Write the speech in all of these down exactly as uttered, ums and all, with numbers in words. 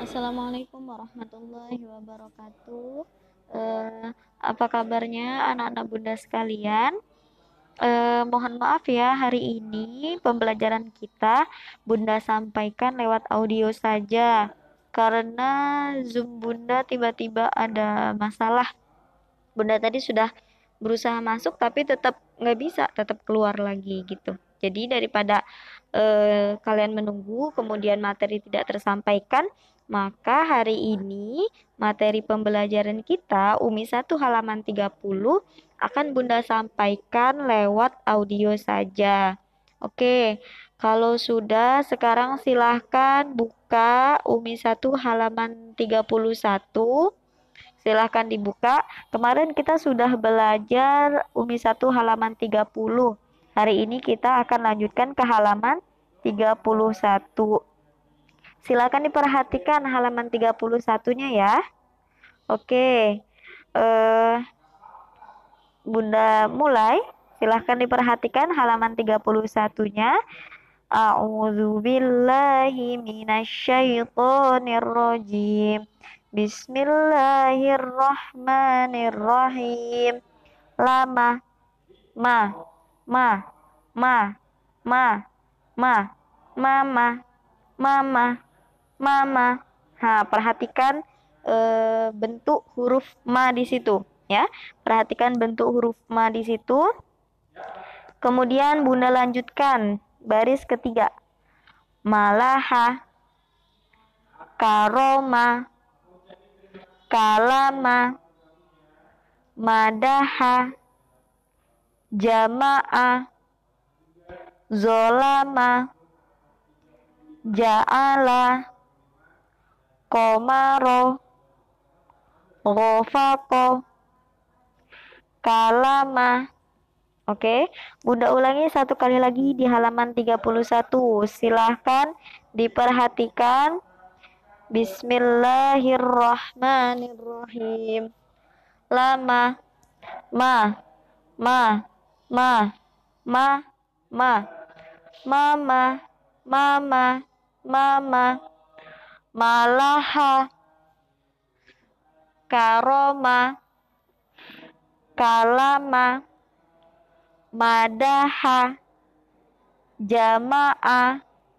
Assalamualaikum warahmatullahi wabarakatuh. Eh, apa kabarnya anak-anak bunda sekalian? Eh, mohon maaf ya, hari ini pembelajaran kita bunda sampaikan lewat audio saja karena Zoom bunda tiba-tiba ada masalah. Bunda tadi sudah berusaha masuk tapi tetap nggak bisa, tetap keluar lagi gitu. Jadi daripada eh, kalian menunggu kemudian materi tidak tersampaikan, maka hari ini materi pembelajaran kita Umi satu halaman tiga puluh akan Bunda sampaikan lewat audio saja. Oke, kalau sudah sekarang silahkan buka Umi satu halaman tiga puluh satu. Silahkan dibuka. Kemarin kita sudah belajar Umi satu halaman tiga puluh. Hari ini kita akan lanjutkan ke halaman tiga puluh satu. Silahkan diperhatikan halaman tiga puluh satunya ya. Oke. Eh, Bunda mulai. Silahkan diperhatikan halaman tiga puluh satunya. A'udzu billahi minasyaitonir rajim. Bismillahirrahmanirrahim. Lama, ma, ma, ma, ma, ma, mama, mama, mama. Ha, perhatikan eh, bentuk huruf ma di situ, ya. Perhatikan bentuk huruf ma di situ. Kemudian Bunda lanjutkan baris ketiga. Malaha, karoma, kalama, madaha, jama'a, zolama, ja'ala, komaro, ghafaqo, kalama. Oke, Bunda ulangi satu kali lagi di halaman tiga puluh satu. Silahkan diperhatikan. Bismillahirrahmanirrahim. Lama, ma, ma, ma, ma, ma, mama, mama, mama, malaha, karoma, kalama, madaha, jama'a,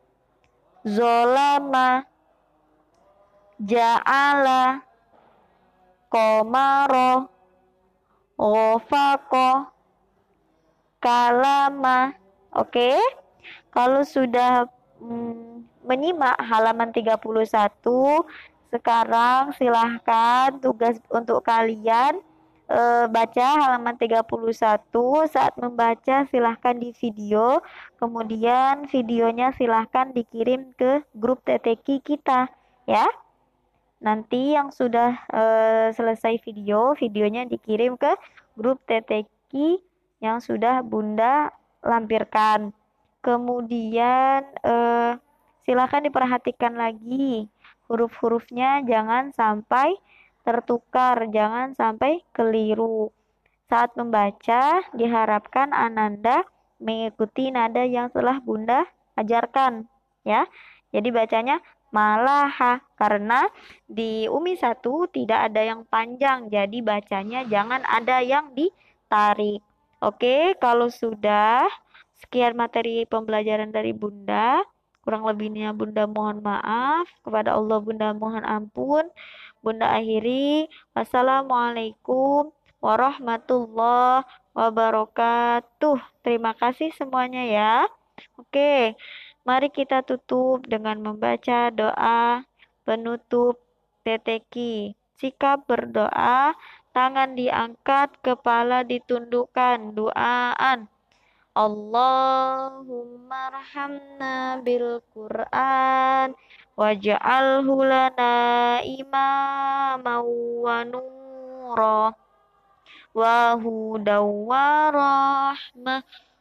zolama, ja'ala, komaro, ghafaqo, kalama. Oke, kalau sudah mm, menyimak halaman tiga puluh satu, sekarang silahkan tugas untuk kalian e, baca halaman tiga puluh satu. Saat membaca silahkan di video, kemudian videonya silahkan dikirim ke grup T T Q kita ya. Nanti yang sudah e, selesai video, videonya dikirim ke grup T T Q yang sudah Bunda lampirkan. Kemudian eh, silakan diperhatikan lagi huruf-hurufnya, jangan sampai tertukar, jangan sampai keliru. Saat membaca diharapkan Ananda mengikuti nada yang telah Bunda ajarkan ya. Jadi bacanya malaha, karena di Umi satu tidak ada yang panjang, jadi bacanya jangan ada yang ditarik. Oke, kalau sudah, sekian materi pembelajaran dari Bunda. Kurang lebihnya Bunda mohon maaf. Kepada Allah Bunda mohon ampun. Bunda akhiri. Wassalamualaikum warahmatullahi wabarakatuh. Terima kasih semuanya ya. Oke, mari kita tutup dengan membaca doa penutup T T Q. Sikap berdoa, tangan diangkat, kepala ditundukkan. Doaan. Allahumma arhamna bil Qur'an waj'alhu lana imaman wa nura wa hudaw wa rahmah.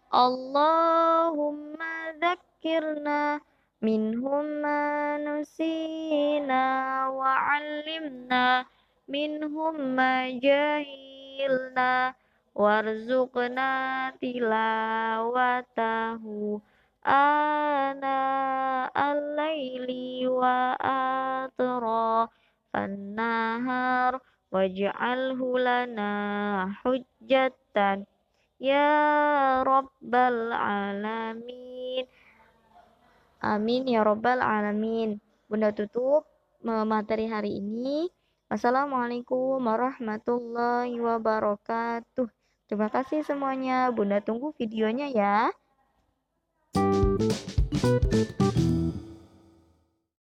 Allahumma dzakkirna minhum ma nusina wa 'allimna minhum ma jahilna warzuqna tilawatahu ana al-laili wa atraf waj'alhu lana hujjatan ya rabbal alamin. Amin ya rabbal alamin. Bunda tutup eh, materi hari ini. Wassalamualaikum warahmatullahi wabarakatuh. Terima kasih semuanya. Bunda tunggu videonya ya.